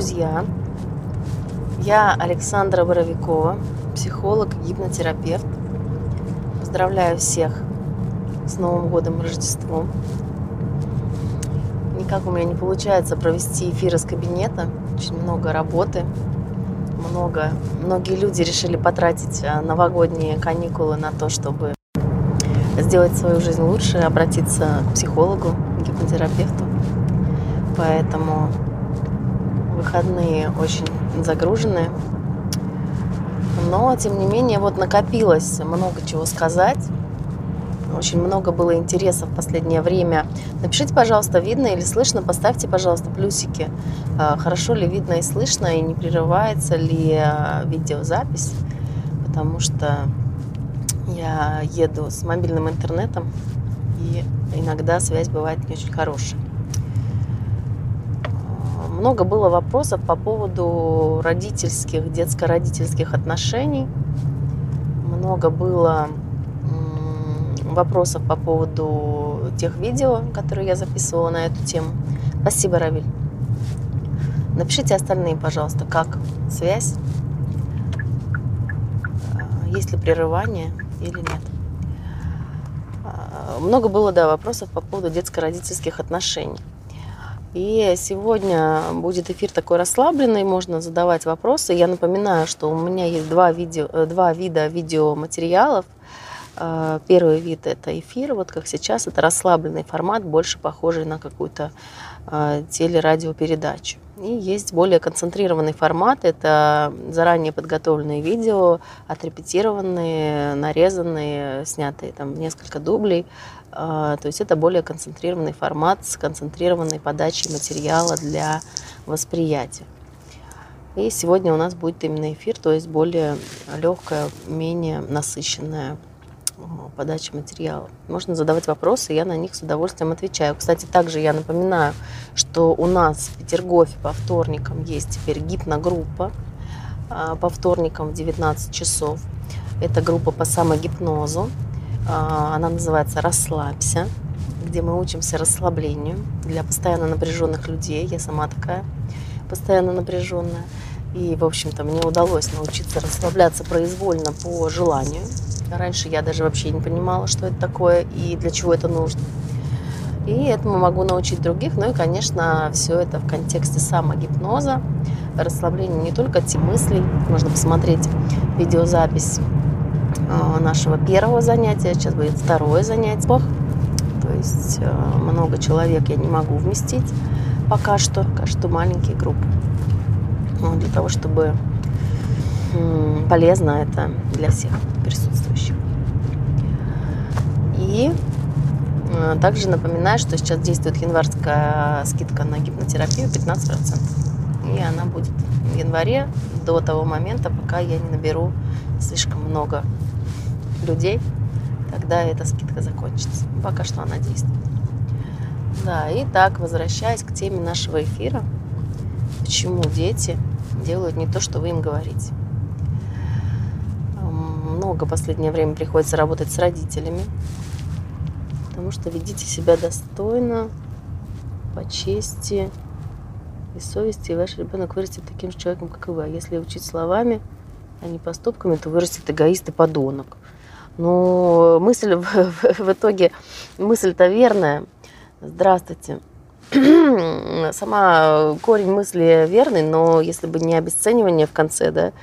Друзья, я Александра Боровикова, психолог, гипнотерапевт. Поздравляю всех с Новым годом и Рождеством. Никак у меня не получается провести эфир из кабинета. Очень много работы. Многие люди решили потратить новогодние каникулы на то, чтобы сделать свою жизнь лучше, обратиться к психологу, к гипнотерапевту. Поэтому выходные очень загружены. Но, тем не менее, накопилось много чего сказать. Очень много было интереса в последнее время. Напишите, пожалуйста, видно или слышно. Поставьте, пожалуйста, плюсики. Хорошо ли видно и слышно, и не прерывается ли видеозапись. Потому что я еду с мобильным интернетом, и иногда связь бывает не очень хорошая. Много было вопросов по поводу детско-родительских отношений. Много было вопросов по поводу тех видео, которые я записывала на эту тему. Спасибо, Равиль. Напишите остальные, пожалуйста, как связь, есть ли прерывание или нет. Много было, вопросов по поводу детско-родительских отношений. И сегодня будет эфир такой расслабленный, можно задавать вопросы. Я напоминаю, что у меня есть два вида видеоматериалов. Первый вид – это эфир, как сейчас, это расслабленный формат, больше похожий на какую-то телерадиопередачу. И есть более концентрированный формат, это заранее подготовленные видео, отрепетированные, нарезанные, снятые в несколько дублей. То есть это более концентрированный формат с концентрированной подачей материала для восприятия. И сегодня у нас будет именно эфир, то есть более легкая, менее насыщенная подача материала. Можно задавать вопросы, я на них с удовольствием отвечаю. Кстати, также я напоминаю, что у нас в Петергофе по вторникам есть теперь гипногруппа по вторникам в 19 часов. Это группа по самогипнозу. Она называется «Расслабься», где мы учимся расслаблению для постоянно напряженных людей. Я сама такая постоянно напряженная. И, в общем-то, мне удалось научиться расслабляться произвольно по желанию. Раньше я даже вообще не понимала, что это такое и для чего это нужно. И этому могу научить других. Ну и, конечно, все это в контексте самогипноза, расслабления не только от мыслей. Можно посмотреть видеозапись нашего первого занятия. Сейчас будет второе занятие. То есть много человек я не могу вместить пока что маленькие группы. Для того, чтобы полезно это для всех присутствующих. И также напоминаю, что сейчас действует январская скидка на гипнотерапию 15%. И она будет в январе до того момента, пока я не наберу слишком много людей. Тогда эта скидка закончится. Пока что она действует. И так, возвращаясь к теме нашего эфира. Почему дети делают не то, что вы им говорите? Много в последнее время приходится работать с родителями, потому что ведите себя достойно, по чести и совести, и ваш ребенок вырастет таким же человеком, как и вы. А если учить словами, а не поступками, то вырастет эгоист и подонок. Но мысль в итоге, мысль-то верная. Здравствуйте. Сама корень мысли верный, но если бы не обесценивание в конце,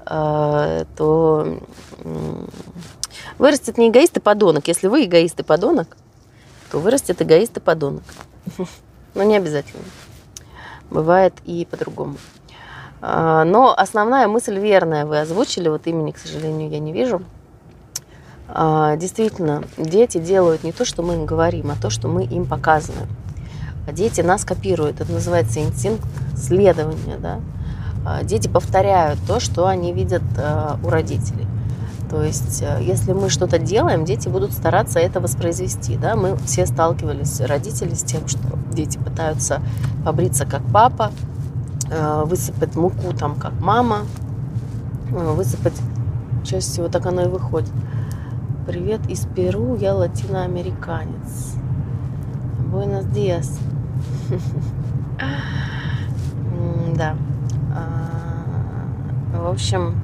то вырастет не эгоист и подонок. Если вы эгоист и подонок, то вырастет эгоист и подонок. Но не обязательно. Бывает и по-другому. Но основная мысль верная вы озвучили, имени, к сожалению, я не вижу. Действительно, дети делают не то, что мы им говорим, а то, что мы им показываем. Дети нас копируют. Это называется инстинкт следования. Дети повторяют то, что они видят у родителей. То есть, если мы что-то делаем, дети будут стараться это воспроизвести. Мы все сталкивались, родители, с тем, что дети пытаются побриться, как папа, высыпать муку, как мама, высыпать. Чаще всего так оно и выходит. Привет из Перу, я латиноамериканец. Буэнос диас. Да. В общем,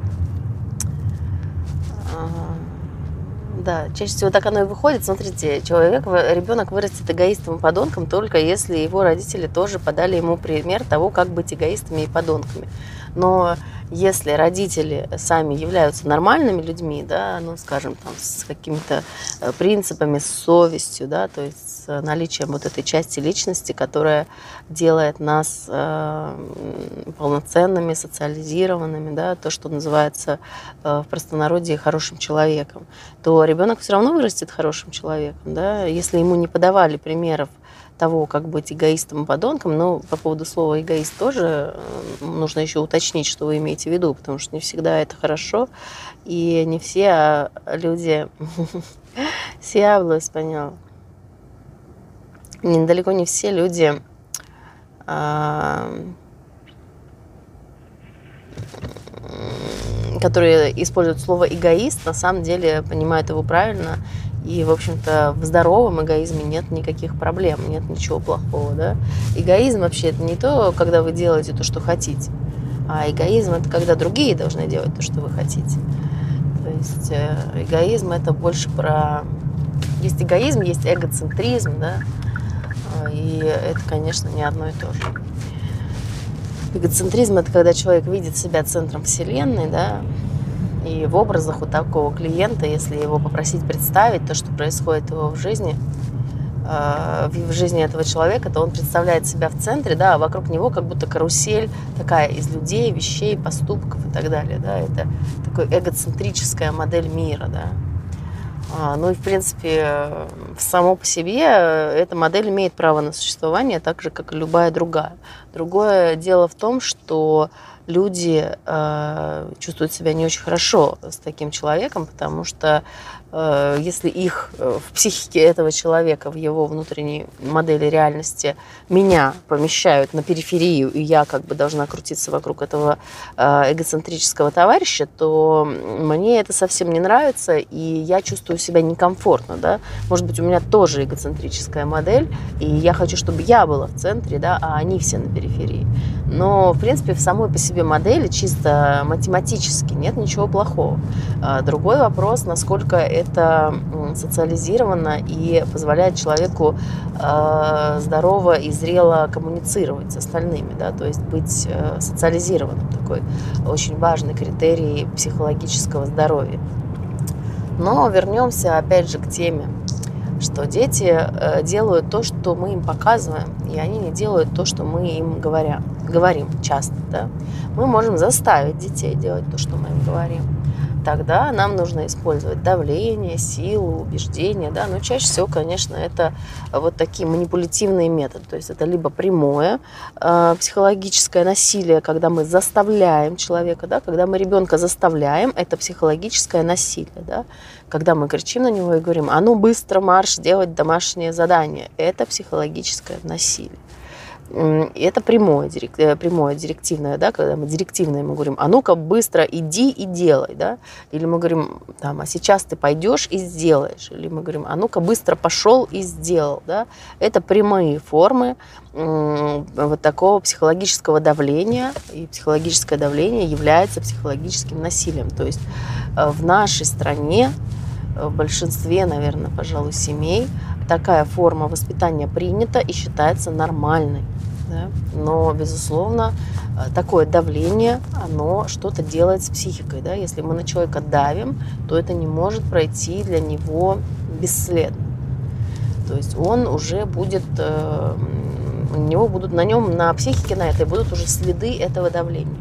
да, чаще всего так оно и выходит. Смотрите, ребенок вырастет эгоистом и подонком только если его родители тоже подали ему пример того, как быть эгоистами и подонками. Но если родители сами являются нормальными людьми, да, ну, скажем, там, с какими-то принципами, с совестью, да, то есть с наличием вот этой части личности, которая делает нас полноценными, социализированными, да, то, что называется в простонародье хорошим человеком, то ребенок все равно вырастет хорошим человеком, да, если ему не подавали примеров того, как быть эгоистом и подонком, но по поводу слова эгоист тоже нужно еще уточнить, что вы имеете в виду, потому что не всегда это хорошо, и не все люди se habla español. Далеко не все люди которые используют слово эгоист, на самом деле понимают его правильно. И, в общем-то, в здоровом эгоизме нет никаких проблем, нет ничего плохого, да. Эгоизм вообще это не то, когда вы делаете то, что хотите, а эгоизм это когда другие должны делать то, что вы хотите. То есть эгоизм это больше про... Есть эгоизм, есть эгоцентризм, да, и это, конечно, не одно и то же. Эгоцентризм это когда человек видит себя центром вселенной, да, и в образах у такого клиента, если его попросить представить то, что происходит в жизни этого человека, то он представляет себя в центре, да, а вокруг него как будто карусель такая из людей, вещей, поступков и так далее, да, это такая эгоцентрическая модель мира, да. Ну и, в принципе, само по себе эта модель имеет право на существование, так же, как и любая другая. Другое дело в том, что люди чувствуют себя не очень хорошо с таким человеком, потому что если их в психике этого человека, в его внутренней модели реальности меня помещают на периферию, и я как бы должна крутиться вокруг этого эгоцентрического товарища, то мне это совсем не нравится, и я чувствую себя некомфортно, да. Может быть, у меня тоже эгоцентрическая модель, и я хочу, чтобы я была в центре, да, а они все на периферии. Но, в принципе, в самой по себе модели чисто математически нет ничего плохого. Другой вопрос, насколько это социализировано и позволяет человеку здорово и зрело коммуницировать с остальными, да, то есть быть социализированным, такой очень важный критерий психологического здоровья. Но вернемся опять же к теме, что дети делают то, что мы им показываем, и они не делают то, что мы им говорим часто. Да? Мы можем заставить детей делать то, что мы им говорим. Тогда нам нужно использовать давление, силу, убеждение. Да? Но чаще всего, конечно, это вот такие манипулятивные методы. То есть это либо прямое психологическое насилие, когда мы заставляем человека, да? Когда мы ребенка заставляем, это психологическое насилие. Да? Когда мы кричим на него и говорим: а ну быстро марш делать домашнее задание, это психологическое насилие. И это прямое директивное, да, когда мы директивное, мы говорим: а ну-ка быстро иди и делай, да, или мы говорим там: а сейчас ты пойдешь и сделаешь, или мы говорим: а ну-ка быстро пошел и сделал, да, это прямые формы вот такого психологического давления, и психологическое давление является психологическим насилием, то есть в нашей стране, в большинстве, наверное, пожалуй, семей такая форма воспитания принята и считается нормальной. Да? Но, безусловно, такое давление, оно что-то делает с психикой. Да? Если мы на человека давим, то это не может пройти для него бесследно. То есть он уже будет, у него будут на психике на этой будут уже следы этого давления.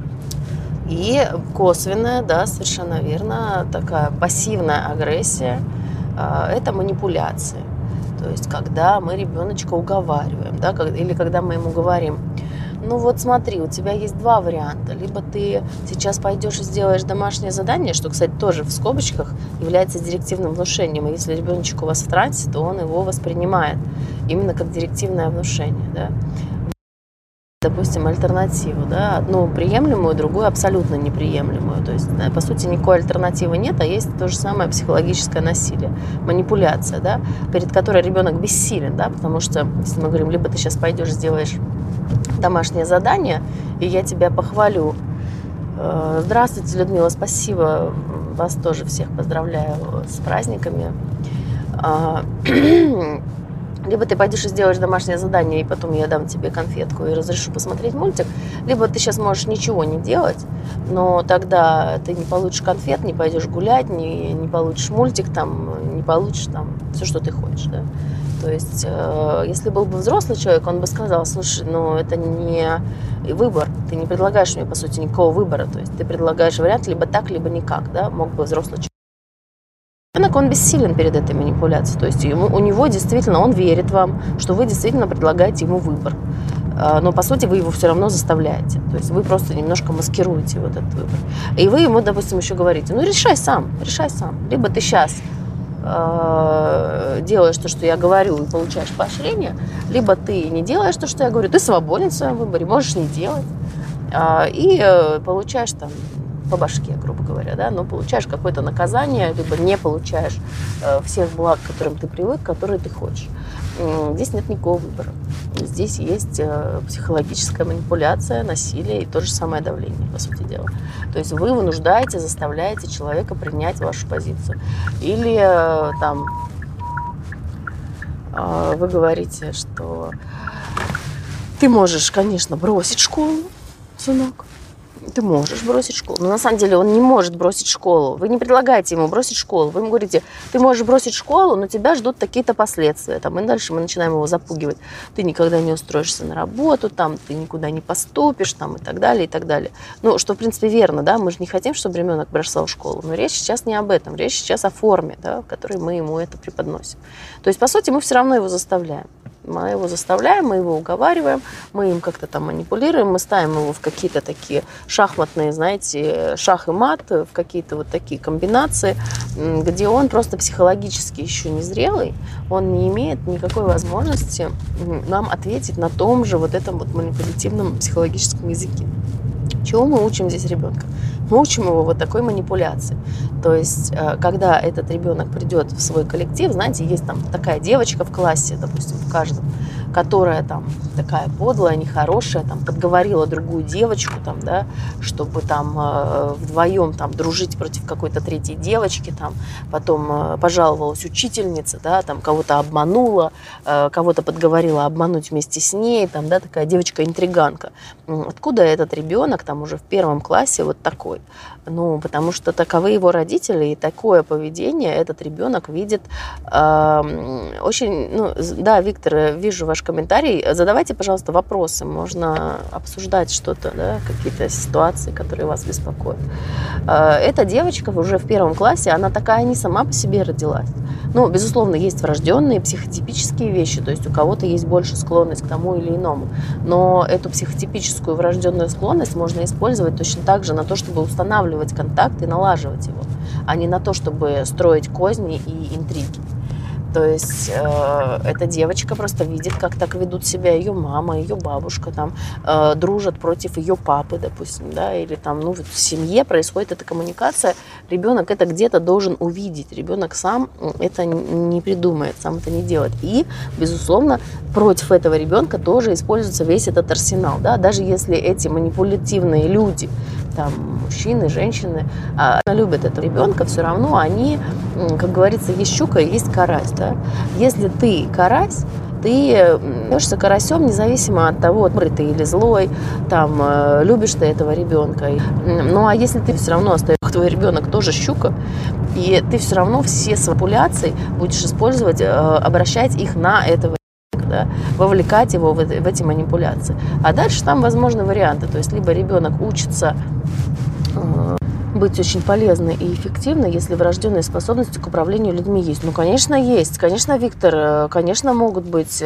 И косвенная, да, совершенно верно, такая пассивная агрессия – это манипуляция. То есть когда мы ребеночка уговариваем, да, или когда мы ему говорим: ну вот смотри, у тебя есть два варианта. Либо ты сейчас пойдешь и сделаешь домашнее задание, что, кстати, тоже в скобочках является директивным внушением. И если ребеночек у вас в трансе, то он его воспринимает именно как директивное внушение, да. Допустим, альтернативу, да, одну приемлемую, другую абсолютно неприемлемую. То есть, да, по сути, никакой альтернативы нет, а есть то же самое психологическое насилие, манипуляция, да, перед которой ребенок бессилен, да, потому что, если мы говорим: либо ты сейчас пойдешь сделаешь домашнее задание, и я тебя похвалю, Здравствуйте, Людмила, спасибо. Вас тоже всех поздравляю с праздниками. Либо ты пойдешь и сделаешь домашнее задание, и потом я дам тебе конфетку и разрешу посмотреть мультик, либо ты сейчас можешь ничего не делать, но тогда ты не получишь конфет, не пойдешь гулять, не получишь мультик, там, не получишь там все, что ты хочешь. Да? То есть, если был бы взрослый человек, он бы сказал: слушай, ну это не выбор, ты не предлагаешь мне, по сути, никакого выбора, то есть ты предлагаешь вариант либо так, либо никак, да, мог бы взрослый человек. Ребенок, он бессилен перед этой манипуляцией. То есть у него действительно, он верит вам, что вы действительно предлагаете ему выбор. Но, по сути, вы его все равно заставляете. То есть вы просто немножко маскируете вот этот выбор. И вы ему, допустим, еще говорите: ну, решай сам. Либо ты сейчас делаешь то, что я говорю, и получаешь поощрение, либо ты не делаешь то, что я говорю, ты свободен в своем выборе, можешь не делать, и получаешь там по башке, грубо говоря, да, но получаешь какое-то наказание, либо не получаешь всех благ, к которым ты привык, которые ты хочешь. Здесь нет никакого выбора. Здесь есть психологическая манипуляция, насилие и то же самое давление, по сути дела. То есть вы вынуждаете, заставляете человека принять вашу позицию. Или там вы говорите, что ты можешь, конечно, бросить школу, сынок. Ты можешь бросить школу. Но на самом деле он не может бросить школу. Вы не предлагаете ему бросить школу. Вы ему говорите: ты можешь бросить школу, но тебя ждут такие-то последствия. Там, и дальше мы начинаем его запугивать. Ты никогда не устроишься на работу, там, ты никуда не поступишь, там, и так далее, и так далее. Ну, что, в принципе, верно, да, мы же не хотим, чтобы ребенок бросал школу. Но речь сейчас не об этом. Речь сейчас о форме, да, в которой мы ему это преподносим. То есть, по сути, мы все равно его заставляем. Мы его заставляем, мы его уговариваем, мы им как-то там манипулируем, мы ставим его в какие-то такие шахматные, знаете, шах и мат, в какие-то вот такие комбинации, где он просто психологически еще не зрелый, он не имеет никакой возможности нам ответить на том же вот этом вот манипулятивном психологическом языке. Чего мы учим здесь ребенка? Мы учим его вот такой манипуляции. То есть, когда этот ребенок придет в свой коллектив, знаете, есть там такая девочка в классе, допустим, в каждом, которая там такая подлая, нехорошая, там подговорила другую девочку, там, да, чтобы там вдвоем там дружить против какой-то третьей девочки, там, потом пожаловалась учительнице, да, там кого-то обманула, кого-то подговорила обмануть вместе с ней, там, да, такая девочка-интриганка. Откуда этот ребенок там уже в первом классе вот такой? Ну, потому что таковы его родители, и такое поведение этот ребенок видит очень... Ну, да, Виктор, вижу ваш комментарий. Задавайте, пожалуйста, вопросы. Можно обсуждать что-то, да, какие-то ситуации, которые вас беспокоят. Эта девочка уже в первом классе, она такая не сама по себе родилась. Ну, безусловно, есть врожденные психотипические вещи, то есть у кого-то есть больше склонность к тому или иному. Но эту психотипическую врожденную склонность можно использовать точно так же на то, чтобы устанавливать контакт и налаживать его, а не на то, чтобы строить козни и интриги. То есть эта девочка просто видит, как так ведут себя ее мама, ее бабушка, там, дружат против ее папы, допустим, да, или там, ну, в семье происходит эта коммуникация, ребенок это где-то должен увидеть, ребенок сам это не придумает, сам это не делает. И, безусловно, против этого ребенка тоже используется весь этот арсенал, да, даже если эти манипулятивные люди, там, мужчины, женщины, любят этого ребенка, все равно они, как говорится, есть щука и есть карась, да. Если ты карась, ты становишься карасем, независимо от того, добрый ты или злой, там, любишь ты этого ребенка. Ну, а если ты все равно остаешься, твой ребенок тоже щука, и ты все равно все свои манипуляции будешь использовать, обращать их на этого, да, вовлекать его в эти манипуляции. А дальше там возможны варианты. То есть либо ребенок учится быть очень полезной и эффективной, если врожденные способности к управлению людьми есть. Ну, конечно, есть. Конечно, Виктор, конечно, могут быть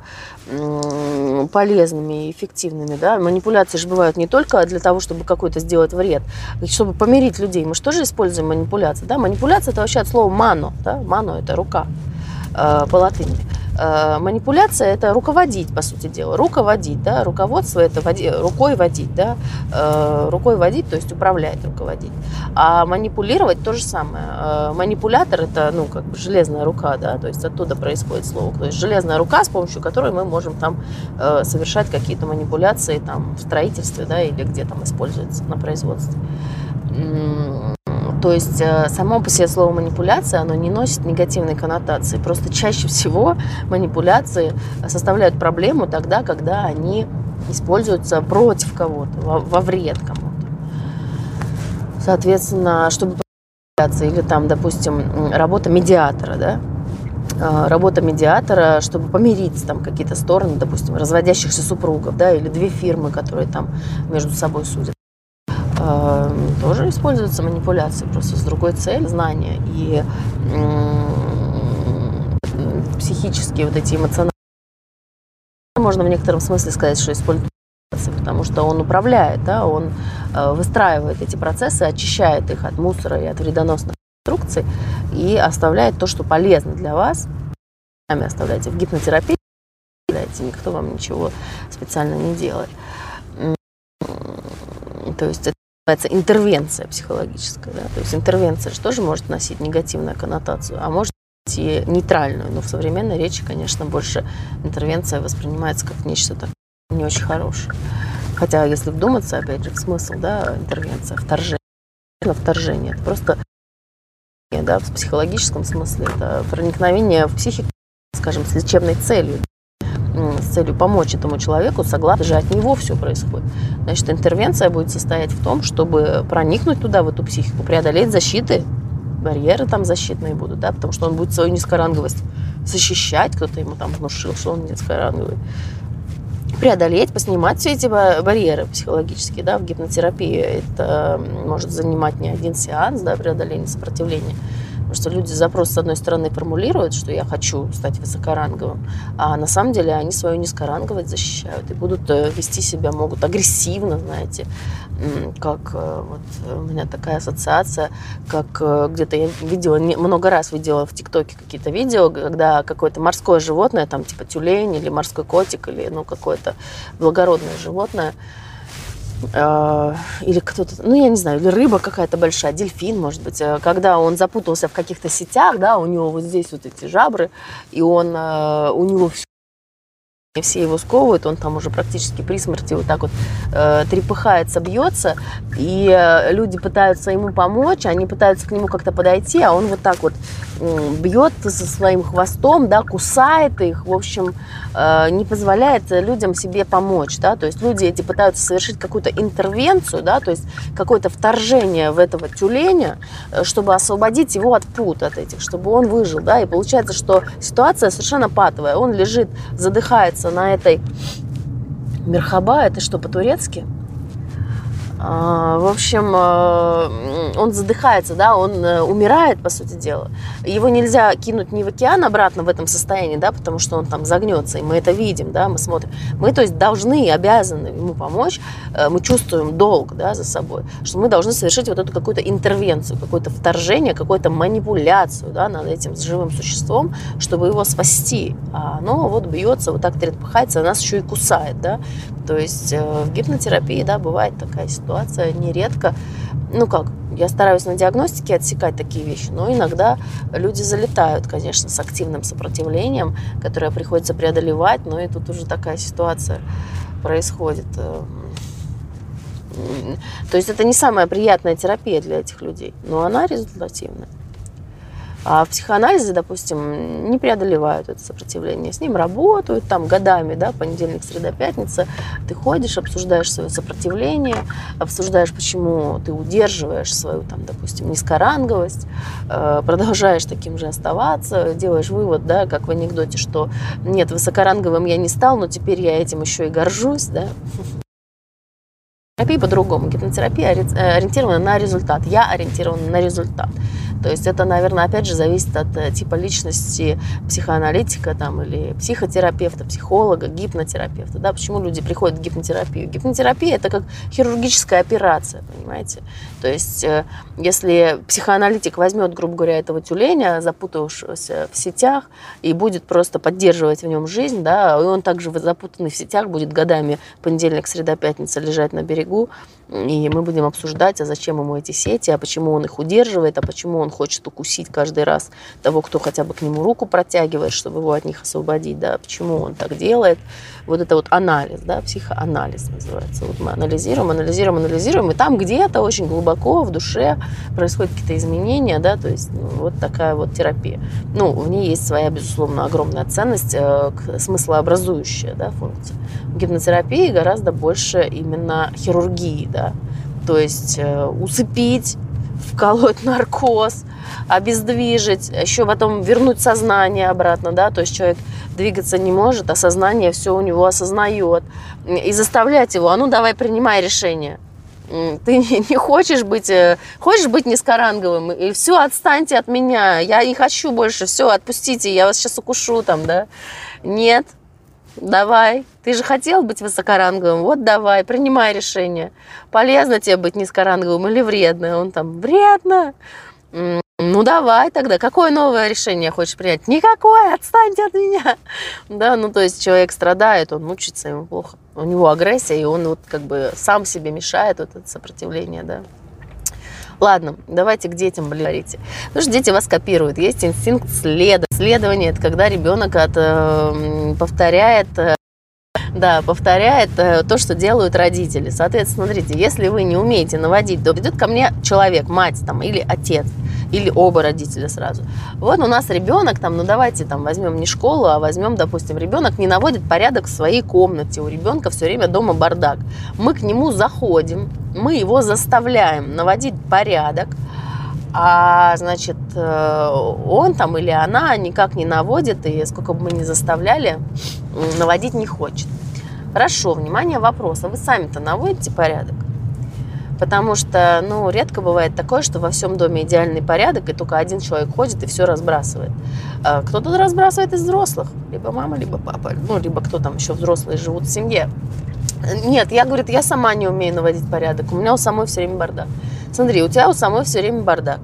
полезными и эффективными. Да? Манипуляции же бывают не только для того, чтобы какой-то сделать вред, чтобы помирить людей. Мы же тоже используем манипуляции. Да? Манипуляция – это вообще от слова «мано». Да? «Мано» – это рука по латыни. Манипуляция – это руководить, по сути дела. Руководить, да, руководство – это рукой водить, да, рукой водить, то есть управлять, руководить. А манипулировать – то же самое. Манипулятор – это, ну, как бы железная рука, да, то есть оттуда происходит слово. То есть железная рука, с помощью которой мы можем там совершать какие-то манипуляции там в строительстве, да, или где там используется на производстве. То есть само по себе слово манипуляция, оно не носит негативной коннотации. Просто чаще всего манипуляции составляют проблему тогда, когда они используются против кого-то, во вред кому-то. Соответственно, чтобы или там, допустим, работа медиатора, да, работа медиатора, чтобы помирить там какие-то стороны, допустим, разводящихся супругов, да, или две фирмы, которые там между собой судят. Тоже используются манипуляции, просто с другой целью, знания и психические вот эти эмоциональные. Можно в некотором смысле сказать, что используют манипуляции, потому что он управляет, да, он выстраивает эти процессы, очищает их от мусора и от вредоносных инструкций и оставляет то, что полезно для вас. Сами оставляете в гипнотерапии, никто вам ничего специально не делает. То есть это называется интервенция психологическая. Да? То есть интервенция же тоже может носить негативную коннотацию, а может и нейтральную. Но в современной речи, конечно, больше интервенция воспринимается как нечто такое не очень хорошее. Хотя, если вдуматься, опять же, в смысл, да, интервенция, вторжение. Вторжение – это просто, да, в психологическом смысле, это проникновение в психику, скажем, с лечебной целью. С целью помочь этому человеку, согласно же от него все происходит. Значит, интервенция будет состоять в том, чтобы проникнуть туда, в эту психику, преодолеть защиты, барьеры там защитные будут, да, потому что он будет свою низкоранговость защищать, кто-то ему там внушил, что он низкоранговый. Преодолеть, поснимать все эти барьеры психологические, да, в гипнотерапии. Это может занимать не один сеанс, да, преодоление сопротивления. Потому что люди запрос, с одной стороны, формулируют, что я хочу стать высокоранговым, а на самом деле они свою низкоранговость защищают и будут вести себя, могут агрессивно, знаете, как вот у меня такая ассоциация, как где-то я видела, много раз видела в ТикТоке какие-то видео, когда какое-то морское животное, там типа тюлень или морской котик, или ну какое-то благородное животное, или кто-то, ну, я не знаю, или рыба какая-то большая, дельфин, может быть, когда он запутался в каких-то сетях, да, у него вот здесь вот эти жабры, и он, у него все его сковывают, он там уже практически при смерти вот так вот трепыхается, бьется, и люди пытаются ему помочь, они пытаются к нему как-то подойти, а он вот так вот бьет со своим хвостом, да, кусает их, в общем, не позволяет людям себе помочь, да, то есть люди эти пытаются совершить какую-то интервенцию, да, то есть какое-то вторжение в этого тюленя, чтобы освободить его от пут от этих, чтобы он выжил, да, и получается, что ситуация совершенно патовая, он лежит, задыхается на этой мерхаба, это что, по-турецки? В общем, он задыхается, да, он умирает, по сути дела. Его нельзя кинуть ни в океан обратно в этом состоянии, да, потому что он там загнется, и мы это видим, да, мы смотрим. Мы, то есть, должны и обязаны ему помочь, мы чувствуем долг, да, за собой, что мы должны совершить вот эту какую-то интервенцию, какое-то вторжение, какую-то манипуляцию, да, над этим живым существом, чтобы его спасти. А оно вот бьется, вот так трепыхается, а нас еще и кусает, да. То есть в гипнотерапии, да, бывает такая ситуация нередко. Ну как, я стараюсь на диагностике отсекать такие вещи, но иногда люди залетают, конечно, с активным сопротивлением, которое приходится преодолевать, но и тут уже такая ситуация происходит. То есть это не самая приятная терапия для этих людей, но она результативная. А в психоанализе, допустим, не преодолевают это сопротивление. С ним работают там годами, да, понедельник, среда, пятница. Ты ходишь, обсуждаешь свое сопротивление, обсуждаешь, почему ты удерживаешь свою, там, допустим, низкоранговость, продолжаешь таким же оставаться, делаешь вывод, да, как в анекдоте, что нет, высокоранговым я не стал, но теперь я этим еще и горжусь, да. Терапия по-другому. Гипнотерапия ориентирована на результат. Я ориентирована на результат. То есть это, наверное, опять же зависит от типа личности психоаналитика там, или психотерапевта, психолога, гипнотерапевта. Да? Почему люди приходят в гипнотерапию? Гипнотерапия – это как хирургическая операция, понимаете? То есть если психоаналитик возьмет, грубо говоря, этого тюленя, запутавшегося в сетях, и будет просто поддерживать в нем жизнь, да, и он также запутанный в сетях будет годами понедельник, среда, пятница лежать на берегу, и мы будем обсуждать, а зачем ему эти сети, а почему он их удерживает, а почему он хочет укусить каждый раз того, кто хотя бы к нему руку протягивает, чтобы его от них освободить, да, почему он так делает. Вот это вот анализ, да, психоанализ называется. Вот мы анализируем, и там где-то очень глубоко в душе происходят какие-то изменения, да, то есть вот такая вот терапия. Ну, в ней есть своя, безусловно, огромная ценность, смыслообразующая, да, функция. В гипнотерапии гораздо больше именно хирургии, да, то есть усыпить, вколоть наркоз, обездвижить, еще потом вернуть сознание обратно, да, то есть человек двигаться не может, а сознание все у него осознает, и заставлять его, а ну давай принимай решение. Ты не хочешь быть низкоранговым, и все, отстаньте от меня, я не хочу больше, все, отпустите, я вас сейчас укушу там, да. Нет, давай, ты же хотел быть высокоранговым, вот давай, принимай решение. Полезно тебе быть низкоранговым или вредно? Он там, вредно. Ну давай тогда, какое новое решение хочешь принять? Никакое, отстаньте от меня. Да, ну то есть человек страдает, он мучится, ему плохо. У него агрессия, и он вот как бы сам себе мешает вот это сопротивление, да. Ладно, давайте к детям говорите. Потому что дети вас копируют. Есть инстинкт следования. Это когда ребенок повторяет то, что делают родители. Соответственно, смотрите, если вы не умеете наводить, то придет ко мне человек, мать там, или отец, или оба родителя сразу. Вот у нас ребенок, там, ну давайте там возьмем не школу, а возьмем, допустим, ребенок не наводит порядок в своей комнате, у ребенка все время дома бардак. Мы к нему заходим, мы его заставляем наводить порядок, а, значит, он там или она никак не наводит, и сколько бы мы ни заставляли, наводить не хочет. Хорошо, внимание, вопрос. А вы сами-то наводите порядок? Потому что, ну, редко бывает такое, что во всем доме идеальный порядок, и только один человек ходит и все разбрасывает. Кто-то разбрасывает из взрослых. Либо мама, либо папа. Ну, либо кто там еще взрослые живут в семье. Нет, я сама не умею наводить порядок. У меня у самой все время бардак. Смотри, у тебя у самой все время бардак.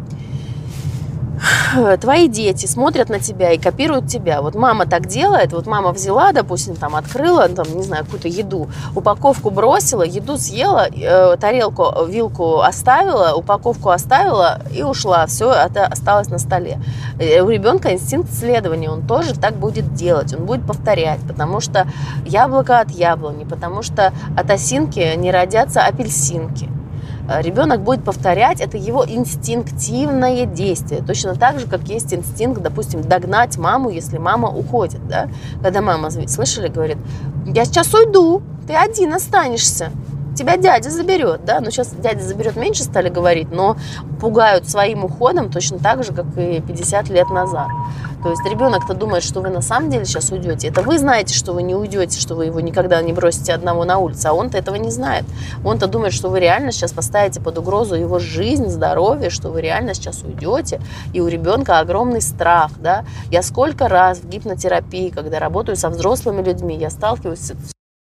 Твои дети смотрят на тебя и копируют тебя. Вот мама так делает, вот мама взяла, допустим, там открыла, там, не знаю, какую-то еду, упаковку бросила, еду съела, тарелку, вилку оставила, упаковку оставила и ушла. Все это осталось на столе. У ребенка инстинкт следования, он тоже так будет делать, он будет повторять, потому что яблоко от яблони, потому что от осинки не родятся апельсинки. Ребенок будет повторять, это его инстинктивное действие. Точно так же, как есть инстинкт, допустим, догнать маму, если мама уходит. Да? Когда мама, слышали, говорит, я сейчас уйду, ты один останешься. Тебя дядя заберет, да, но сейчас дядя заберет меньше стали говорить, но пугают своим уходом точно так же, как и 50 лет назад. То есть ребенок-то думает, что вы на самом деле сейчас уйдете. Это вы знаете, что вы не уйдете, что вы его никогда не бросите одного на улице, а он-то этого не знает. Он-то думает, что вы реально сейчас поставите под угрозу его жизнь, здоровье, что вы реально сейчас уйдете, и у ребенка огромный страх, да. Я сколько раз в гипнотерапии, когда работаю со взрослыми людьми, я сталкиваюсь с...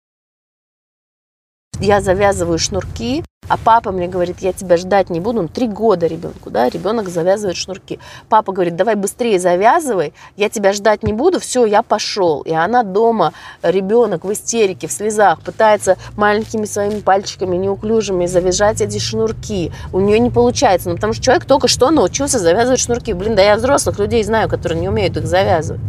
Я завязываю шнурки, а папа мне говорит, я тебя ждать не буду. 3 года ребенку, да, ребенок завязывает шнурки. Папа говорит, давай быстрее завязывай, я тебя ждать не буду, все, я пошел. И она дома, ребенок в истерике, в слезах, пытается маленькими своими пальчиками неуклюжими завязать эти шнурки. У нее не получается, ну, потому что человек только что научился завязывать шнурки. Блин, да я взрослых людей знаю, которые не умеют их завязывать.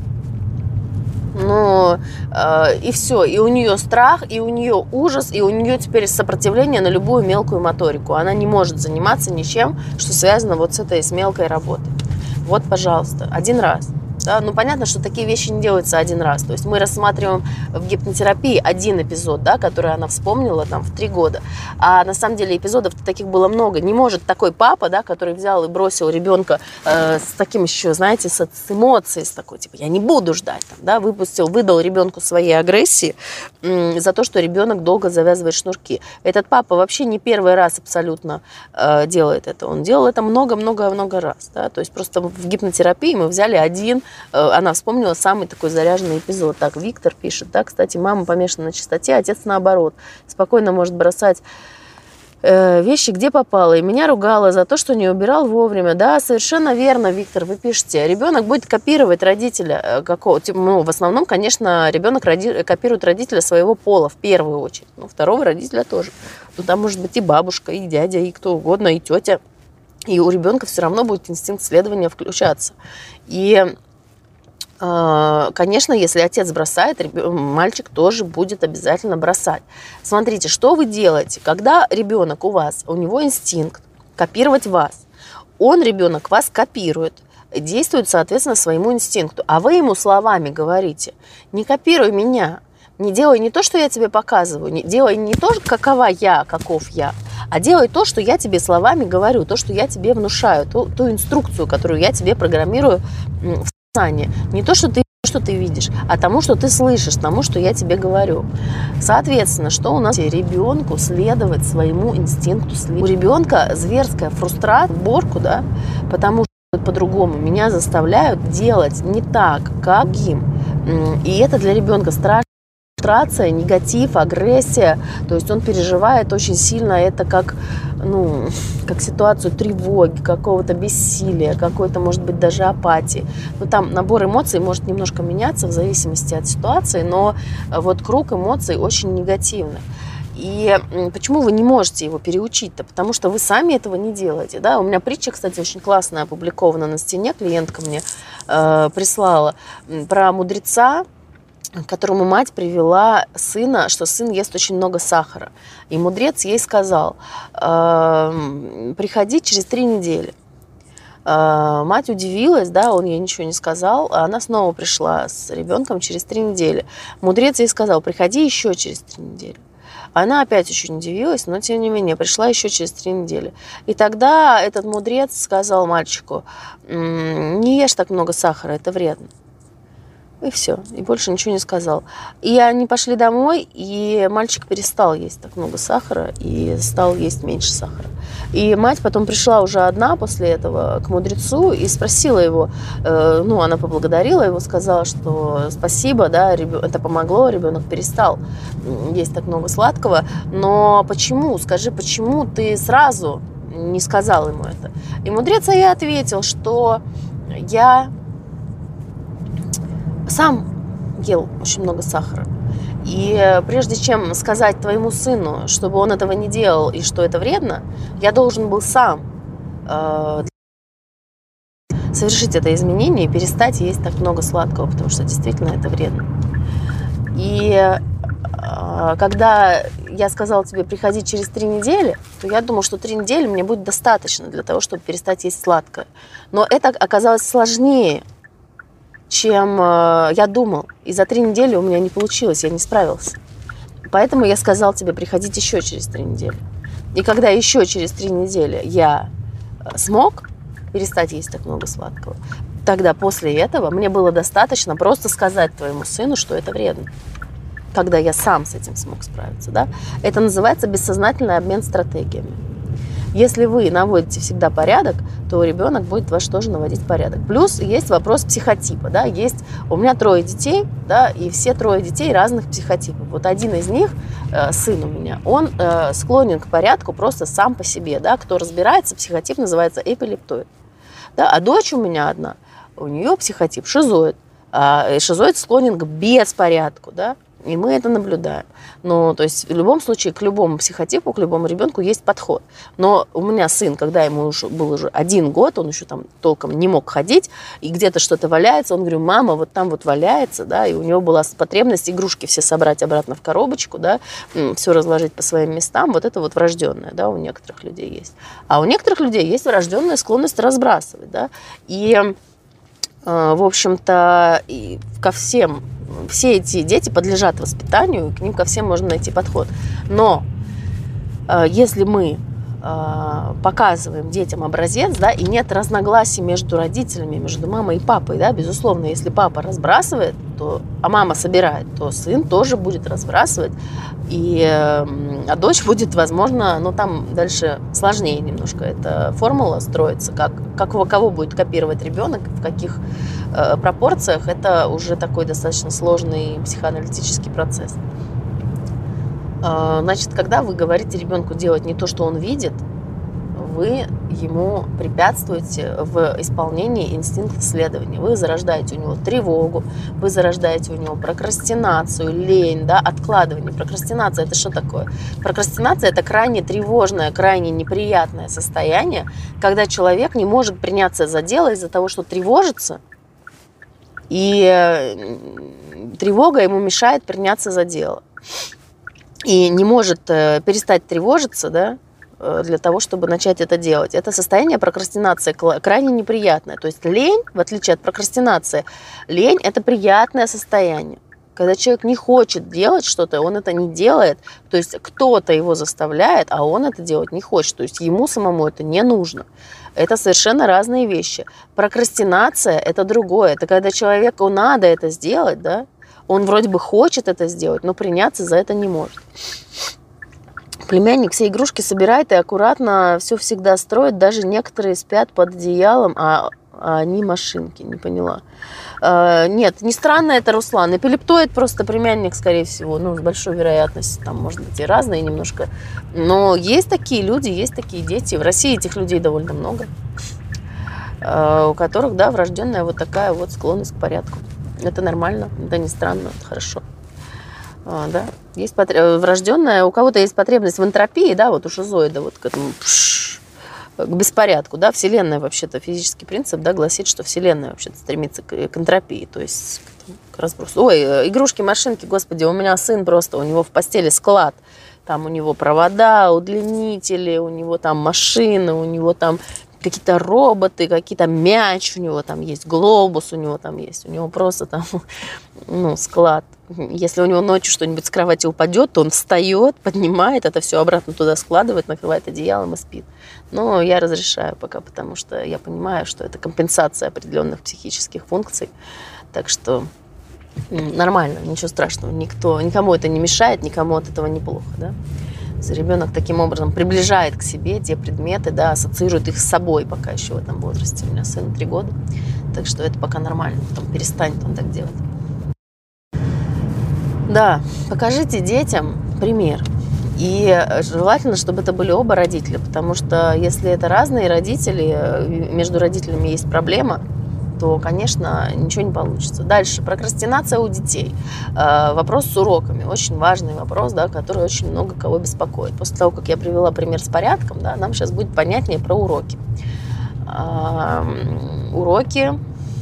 Ну, и все, и у нее страх, и у нее ужас, и у нее теперь сопротивление на любую мелкую моторику. Она не может заниматься ничем, что связано вот с этой, с мелкой работой. Вот, пожалуйста, один раз. Да? Ну, понятно, что такие вещи не делаются один раз. То есть мы рассматриваем в гипнотерапии один эпизод, да, который она вспомнила там в 3 года. А на самом деле эпизодов таких было много. Не может такой папа, да, который взял и бросил ребенка с таким еще, знаете, с эмоцией, с такой, типа, я не буду ждать, там, да, выдал ребенку своей агрессии, за то, что ребенок долго завязывает шнурки. Этот папа вообще не первый раз абсолютно делает это. Он делал это много-много-много раз. Да? То есть просто в гипнотерапии мы взяли один, она вспомнила самый такой заряженный эпизод. Так, Виктор пишет, да, кстати, мама помешана на чистоте, отец наоборот. Спокойно может бросать вещи, где попало. И меня ругала за то, что не убирал вовремя. Да, совершенно верно, Виктор, вы пишете. Ребенок будет копировать родителя какого-то. Ну, в основном, конечно, ребенок копирует родителя своего пола в первую очередь. Ну, второго родителя тоже. Ну, там может быть и бабушка, и дядя, и кто угодно, и тетя. И у ребенка все равно будет инстинкт следования включаться. И конечно, если отец бросает, мальчик тоже будет обязательно бросать. Смотрите, что вы делаете, когда ребенок у вас, у него инстинкт копировать вас, ребенок вас копирует, действует, соответственно, своему инстинкту, а вы ему словами говорите: не копируй меня, не делай не то, что я тебе показываю, не делай не то, какова я, каков я, а делай то, что я тебе словами говорю, то, что я тебе внушаю, ту инструкцию, которую я тебе программирую в сознании. Не то, что ты видишь, а тому, что ты слышишь, тому, что я тебе говорю. Соответственно, что у нас? Ребенку следовать своему инстинкту. У ребенка зверская фрустрация, борку, да, потому что по-другому меня заставляют делать не так, как им. И это для ребенка страшно. Фрустрация, негатив, агрессия, то есть он переживает очень сильно это как ситуацию тревоги, какого-то бессилия, какой-то, может быть, даже апатии. Ну, там набор эмоций может немножко меняться в зависимости от ситуации, но вот круг эмоций очень негативный. И почему вы не можете его переучить-то? Потому что вы сами этого не делаете. Да? У меня притча, кстати, очень классная, опубликована на стене, клиентка мне прислала, про мудреца, к которому мать привела сына, что сын ест очень много сахара. И мудрец ей сказал: приходи через 3 недели. Мать удивилась, да, он ей ничего не сказал, а она снова пришла с ребенком через 3 недели. Мудрец ей сказал: приходи еще через 3 недели. Она опять очень удивилась, но тем не менее пришла еще через 3 недели. И тогда этот мудрец сказал мальчику: не ешь так много сахара, это вредно. И все, и больше ничего не сказал. И они пошли домой, и мальчик перестал есть так много сахара и стал есть меньше сахара. И мать потом пришла уже одна после этого к мудрецу и спросила его, она поблагодарила его, сказала, что спасибо, да, это помогло, ребенок перестал есть так много сладкого. Но почему, скажи, почему ты сразу не сказал ему это? И мудрец ей ответил, что я сам ел очень много сахара. И прежде чем сказать твоему сыну, чтобы он этого не делал и что это вредно, я должен был сам совершить это изменение и перестать есть так много сладкого, потому что действительно это вредно. И когда я сказала тебе приходить через 3 недели, то я думала, что 3 недели мне будет достаточно для того, чтобы перестать есть сладкое. Но это оказалось сложнее, чем я думал. И за 3 недели у меня не получилось, я не справился. Поэтому я сказал тебе приходить еще через 3 недели. И когда еще через 3 недели я смог перестать есть так много сладкого, тогда после этого мне было достаточно просто сказать твоему сыну, что это вредно. Когда я сам с этим смог справиться. Да? Это называется бессознательный обмен стратегиями. Если вы наводите всегда порядок, то ребенок будет ваш тоже наводить порядок. Плюс есть вопрос психотипа. Да? У меня 3 детей, да, и все 3 детей разных психотипов. Вот один из них, сын у меня, он склонен к порядку просто сам по себе. Да? Кто разбирается, психотип называется эпилептоид. Да? А дочь у меня одна, у нее психотип шизоид. Шизоид склонен к беспорядку. Да? И мы это наблюдаем. То есть в любом случае к любому психотипу, к любому ребенку есть подход. Но у меня сын, когда ему был уже 1 год, он еще там толком не мог ходить, и где-то что-то валяется, он говорит: мама, вот там вот валяется, да, и у него была потребность игрушки все собрать обратно в коробочку, да, все разложить по своим местам. Вот это вот врожденное, да, у некоторых людей есть. А у некоторых людей есть врожденная склонность разбрасывать, да, и в общем-то ко всем. Все эти дети подлежат воспитанию, и к ним ко всем можно найти подход. Но если мы показываем детям образец, да, и нет разногласий между родителями, между мамой и папой, да, безусловно, если папа разбрасывает, а мама собирает, то сын тоже будет разбрасывать. А дочь будет, возможно, там дальше сложнее немножко эта формула строится, как у кого будет копировать ребенок, в каких пропорциях, это уже такой достаточно сложный психоаналитический процесс. Значит, когда вы говорите ребенку делать не то, что он видит, вы ему препятствуете в исполнении инстинкта следования. Вы зарождаете у него тревогу, вы зарождаете у него прокрастинацию, лень, да, откладывание. Прокрастинация – это что такое? Прокрастинация – это крайне тревожное, крайне неприятное состояние, когда человек не может приняться за дело из-за того, что тревожится, и тревога ему мешает приняться за дело. И не может перестать тревожиться, да, для того, чтобы начать это делать. Это состояние прокрастинации крайне неприятное. То есть лень, в отличие от прокрастинации, лень – это приятное состояние. Когда человек не хочет делать что-то, он это не делает, то есть кто-то его заставляет, а он это делать не хочет, то есть ему самому это не нужно. Это совершенно разные вещи. Прокрастинация – это другое. Это когда человеку надо это сделать, да? Он вроде бы хочет это сделать, но приняться за это не может. Племянник все игрушки собирает и аккуратно все всегда строит. Даже некоторые спят под одеялом, а они машинки. Не поняла. Нет, не странно это, Руслан. Эпилептоид просто племянник, скорее всего. С большой вероятностью. Там, может быть, и разные немножко. Но есть такие люди, есть такие дети. В России этих людей довольно много. У которых, да, врожденная вот такая вот склонность к порядку. Это нормально, это не странно, это хорошо. Да, есть врожденная, у кого-то есть потребность в энтропии, да, вот у шизоида, вот к этому к беспорядку, да, Вселенная вообще-то, физический принцип, да, гласит, что Вселенная вообще-то стремится к энтропии, то есть к разбросу. Ой, игрушки, машинки, господи, у меня сын просто, у него в постели склад, там у него провода, удлинители, у него там машины, у него там какие-то роботы, какие-то мяч, у него там есть глобус, у него просто там, склад. Если у него ночью что-нибудь с кровати упадет, то он встает, поднимает это все обратно туда складывает, накрывает одеялом и спит. Но я разрешаю пока, потому что я понимаю, что это компенсация определенных психических функций. Так что нормально, ничего страшного. Никому это не мешает, никому от этого неплохо, да? Ребенок таким образом приближает к себе те предметы, да, ассоциирует их с собой пока еще в этом возрасте. У меня сыну 3 года, так что это пока нормально, потом перестанет он так делать. Да, покажите детям пример. И желательно, чтобы это были оба родителя, потому что если это разные родители, между родителями есть проблема, то, конечно, ничего не получится. Дальше, прокрастинация у детей. Вопрос с уроками. Очень важный вопрос, да, который очень много кого беспокоит. После того, как я привела пример с порядком, да, нам сейчас будет понятнее про уроки. Уроки.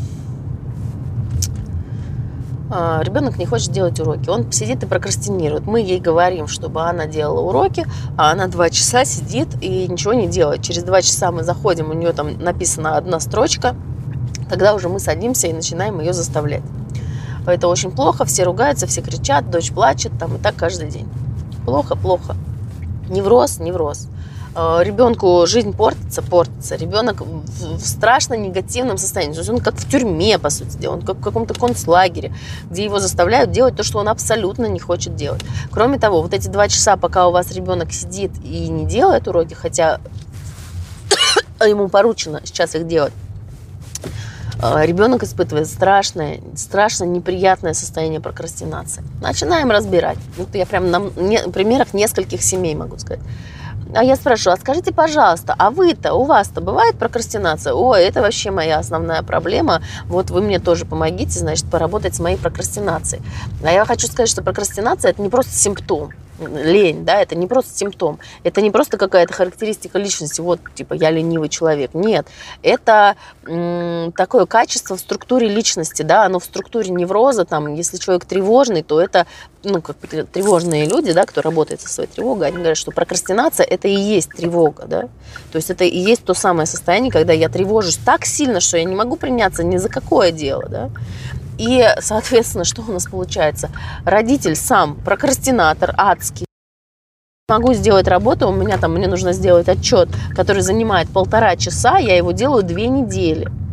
Ребенок не хочет делать уроки, он сидит и прокрастинирует. Мы ей говорим, чтобы она делала уроки, а она 2 часа сидит и ничего не делает. Через 2 часа мы заходим, у нее там написана 1 строчка, тогда уже мы садимся и начинаем ее заставлять. Это очень плохо, все ругаются, все кричат, дочь плачет, там и так каждый день. Плохо. Невроз. Ребенку жизнь портится. Ребенок в страшно негативном состоянии. То есть он как в тюрьме, по сути дела. Он как в каком-то концлагере, где его заставляют делать то, что он абсолютно не хочет делать. Кроме того, вот эти 2 часа, пока у вас ребенок сидит и не делает уроки, хотя ему поручено сейчас их делать, ребенок испытывает страшно неприятное состояние прокрастинации. Начинаем разбирать. Вот я прям на примерах нескольких семей могу сказать. А я спрашиваю, скажите, пожалуйста, а у вас-то бывает прокрастинация? Ой, это вообще моя основная проблема. Вот вы мне тоже помогите, значит, поработать с моей прокрастинацией. А я хочу сказать, что прокрастинация – это не просто симптом. Лень, да, это не просто симптом, это не просто какая-то характеристика личности, вот, типа, я ленивый человек, нет, это такое качество в структуре личности, да, оно в структуре невроза, там, если человек тревожный, то это, как тревожные люди, да, кто работает со своей тревогой, они говорят, что прокрастинация – это и есть тревога, да, то есть это и есть то самое состояние, когда я тревожусь так сильно, что я не могу приняться ни за какое дело, да. И, соответственно, что у нас получается? Родитель сам прокрастинатор, адский. Могу сделать работу, мне нужно сделать отчет, который занимает 1,5 часа, я его делаю 2 недели.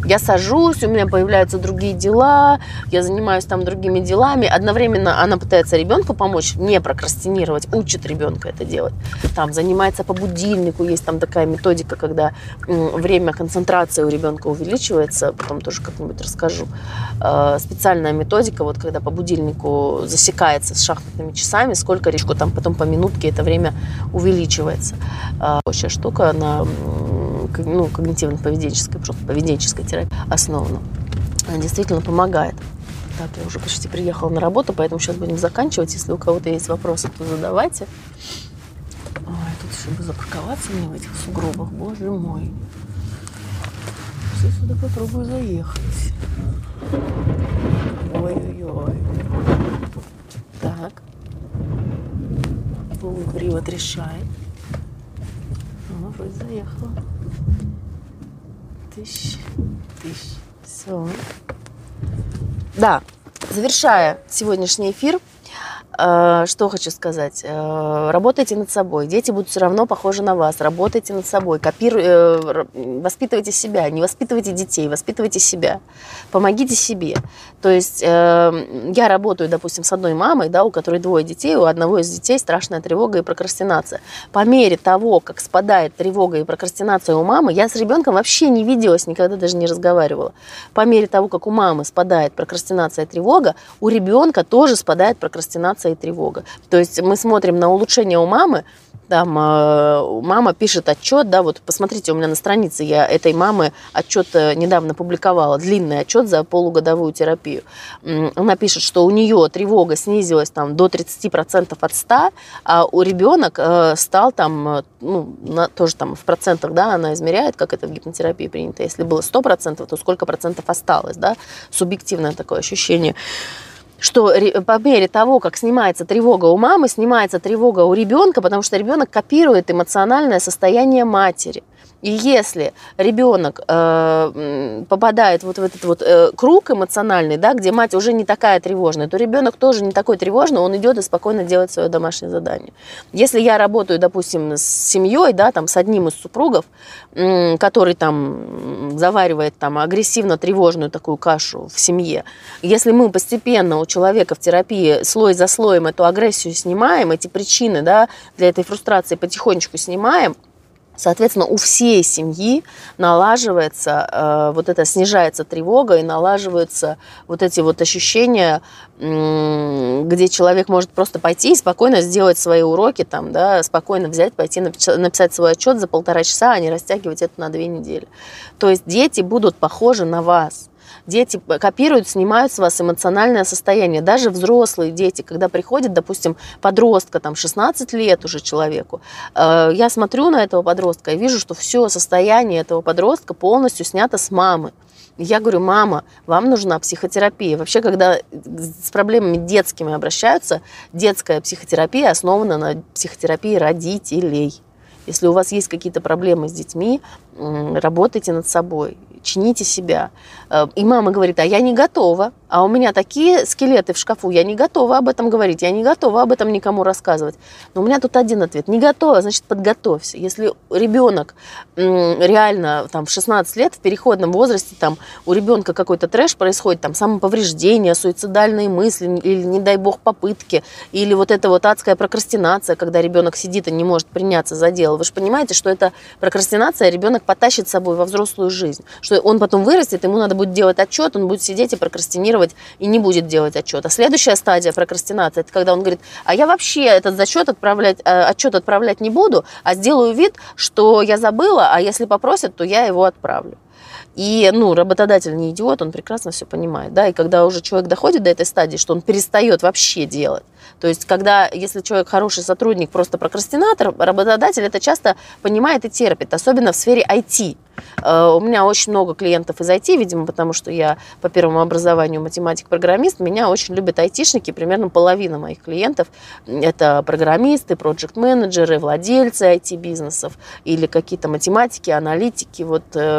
Я сажусь, у меня появляются другие дела, я занимаюсь там другими делами. Одновременно она пытается ребенку помочь не прокрастинировать, учит ребенка это делать. Там занимается по будильнику, есть там такая методика, когда время концентрации у ребенка увеличивается, потом тоже как-нибудь расскажу. Специальная методика, вот когда по будильнику засекается с шахматными часами, сколько речку там потом по минутке это время увеличивается. Вообще штука на когнитивно-поведенческой, просто поведенческой терапии основана. Она действительно помогает. Так, я уже почти приехала на работу, поэтому сейчас будем заканчивать. Если у кого-то есть вопросы, то задавайте. Ой, тут еще бы запарковаться мне в этих сугробах, боже мой. Сейчас сюда попробую заехать. Ой-ой-ой. Так. Полный привод решает. Ну, вроде заехала. Тыщ. Все. Да, завершая сегодняшний эфир, что хочу сказать. Работайте над собой. Дети будут все равно похожи на вас. Работайте над собой. Воспитывайте себя. Не воспитывайте детей, воспитывайте себя. Помогите себе. То есть я работаю, допустим, с одной мамой, да, у которой 2 детей, у одного из детей страшная тревога и прокрастинация. По мере того, как спадает тревога и прокрастинация у мамы, я с ребенком вообще не виделась, никогда даже не разговаривала. По мере того, как у мамы спадает прокрастинация и тревога, у ребенка тоже спадает прокрастинация и тревога. То есть мы смотрим на улучшение у мамы, там мама пишет отчет, да, вот посмотрите, у меня на странице я этой мамы отчет недавно публиковала, длинный отчет за полугодовую терапию. Она пишет, что у нее тревога снизилась там до 30% от 100, а у ребенок стал там, тоже там в процентах, да, она измеряет, как это в гипнотерапии принято. Если было 100%, то сколько процентов осталось, да, субъективное такое ощущение. Что по мере того, как снимается тревога у мамы, снимается тревога у ребенка, потому что ребенок копирует эмоциональное состояние матери. И если ребенок попадает вот в этот вот круг эмоциональный, да, где мать уже не такая тревожная, то ребенок тоже не такой тревожный, он идет и спокойно делает свое домашнее задание. Если я работаю, допустим, с семьей, да, там, с одним из супругов, который там заваривает там агрессивно-тревожную такую кашу в семье, если мы постепенно у человека в терапии слой за слоем эту агрессию снимаем, эти причины, да, для этой фрустрации потихонечку снимаем, соответственно, у всей семьи налаживается, вот это снижается тревога и налаживаются вот эти вот ощущения, где человек может просто пойти и спокойно сделать свои уроки, там, да, спокойно взять, пойти написать свой отчет за 1,5 часа, а не растягивать это на 2 недели. То есть дети будут похожи на вас. Дети копируют, снимают с вас эмоциональное состояние. Даже взрослые дети, когда приходит, допустим, подростка, там 16 лет уже человеку, я смотрю на этого подростка и вижу, что все состояние этого подростка полностью снято с мамы. Я говорю: мама, вам нужна психотерапия. Вообще, когда с проблемами детскими обращаются, детская психотерапия основана на психотерапии родителей. Если у вас есть какие-то проблемы с детьми, работайте над собой, чините себя. И мама говорит: а я не готова, а у меня такие скелеты в шкафу, я не готова об этом говорить, я не готова об этом никому рассказывать. Но у меня тут один ответ: не готова, значит, подготовься. Если ребенок реально там, в 16 лет, в переходном возрасте, там, у ребенка какой-то трэш происходит, там, самоповреждение, суицидальные мысли, или, не дай бог, попытки, или вот эта вот адская прокрастинация, когда ребенок сидит и не может приняться за дело. Вы же понимаете, что эта прокрастинация ребенок потащит с собой во взрослую жизнь, что он потом вырастет, ему надо будет делать отчет, он будет сидеть и прокрастинировать и не будет делать отчет. А следующая стадия прокрастинации — это когда он говорит: а я вообще этот отчет отправлять не буду, а сделаю вид, что я забыла, а если попросят, то я его отправлю. И, работодатель не идиот, он прекрасно все понимает, да, и когда уже человек доходит до этой стадии, что он перестает вообще делать, то есть, если человек хороший сотрудник, просто прокрастинатор, работодатель это часто понимает и терпит, особенно в сфере IT. У меня очень много клиентов из IT, видимо, потому что я по первому образованию математик-программист, меня очень любят айтишники, примерно половина моих клиентов это программисты, проект-менеджеры, владельцы IT-бизнесов или какие-то математики, аналитики, вот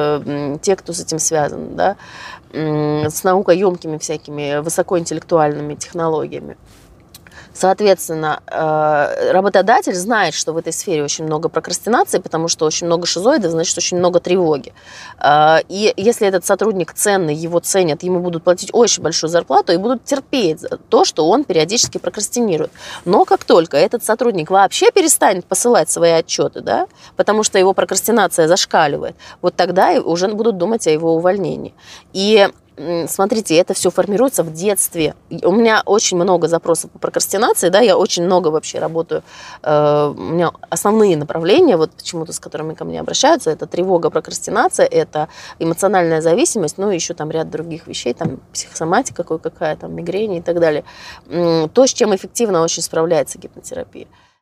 те, кто с этим связан, да, с наукоемкими всякими высокоинтеллектуальными технологиями. Соответственно, работодатель знает, что в этой сфере очень много прокрастинации, потому что очень много шизоидов, значит, очень много тревоги. И если этот сотрудник ценный, его ценят, ему будут платить очень большую зарплату и будут терпеть за то, что он периодически прокрастинирует. Но как только этот сотрудник вообще перестанет посылать свои отчеты, да, потому что его прокрастинация зашкаливает, вот тогда уже будут думать о его увольнении. И смотрите, это все формируется в детстве. У меня очень много запросов по прокрастинации, да, я очень много вообще работаю. У меня основные направления, вот почему-то с которыми ко мне обращаются, это тревога, прокрастинация, это эмоциональная зависимость, ну и еще там ряд других вещей, там психосоматика какая, там мигрень и так далее. То, с чем эффективно очень справляется гипнотерапия.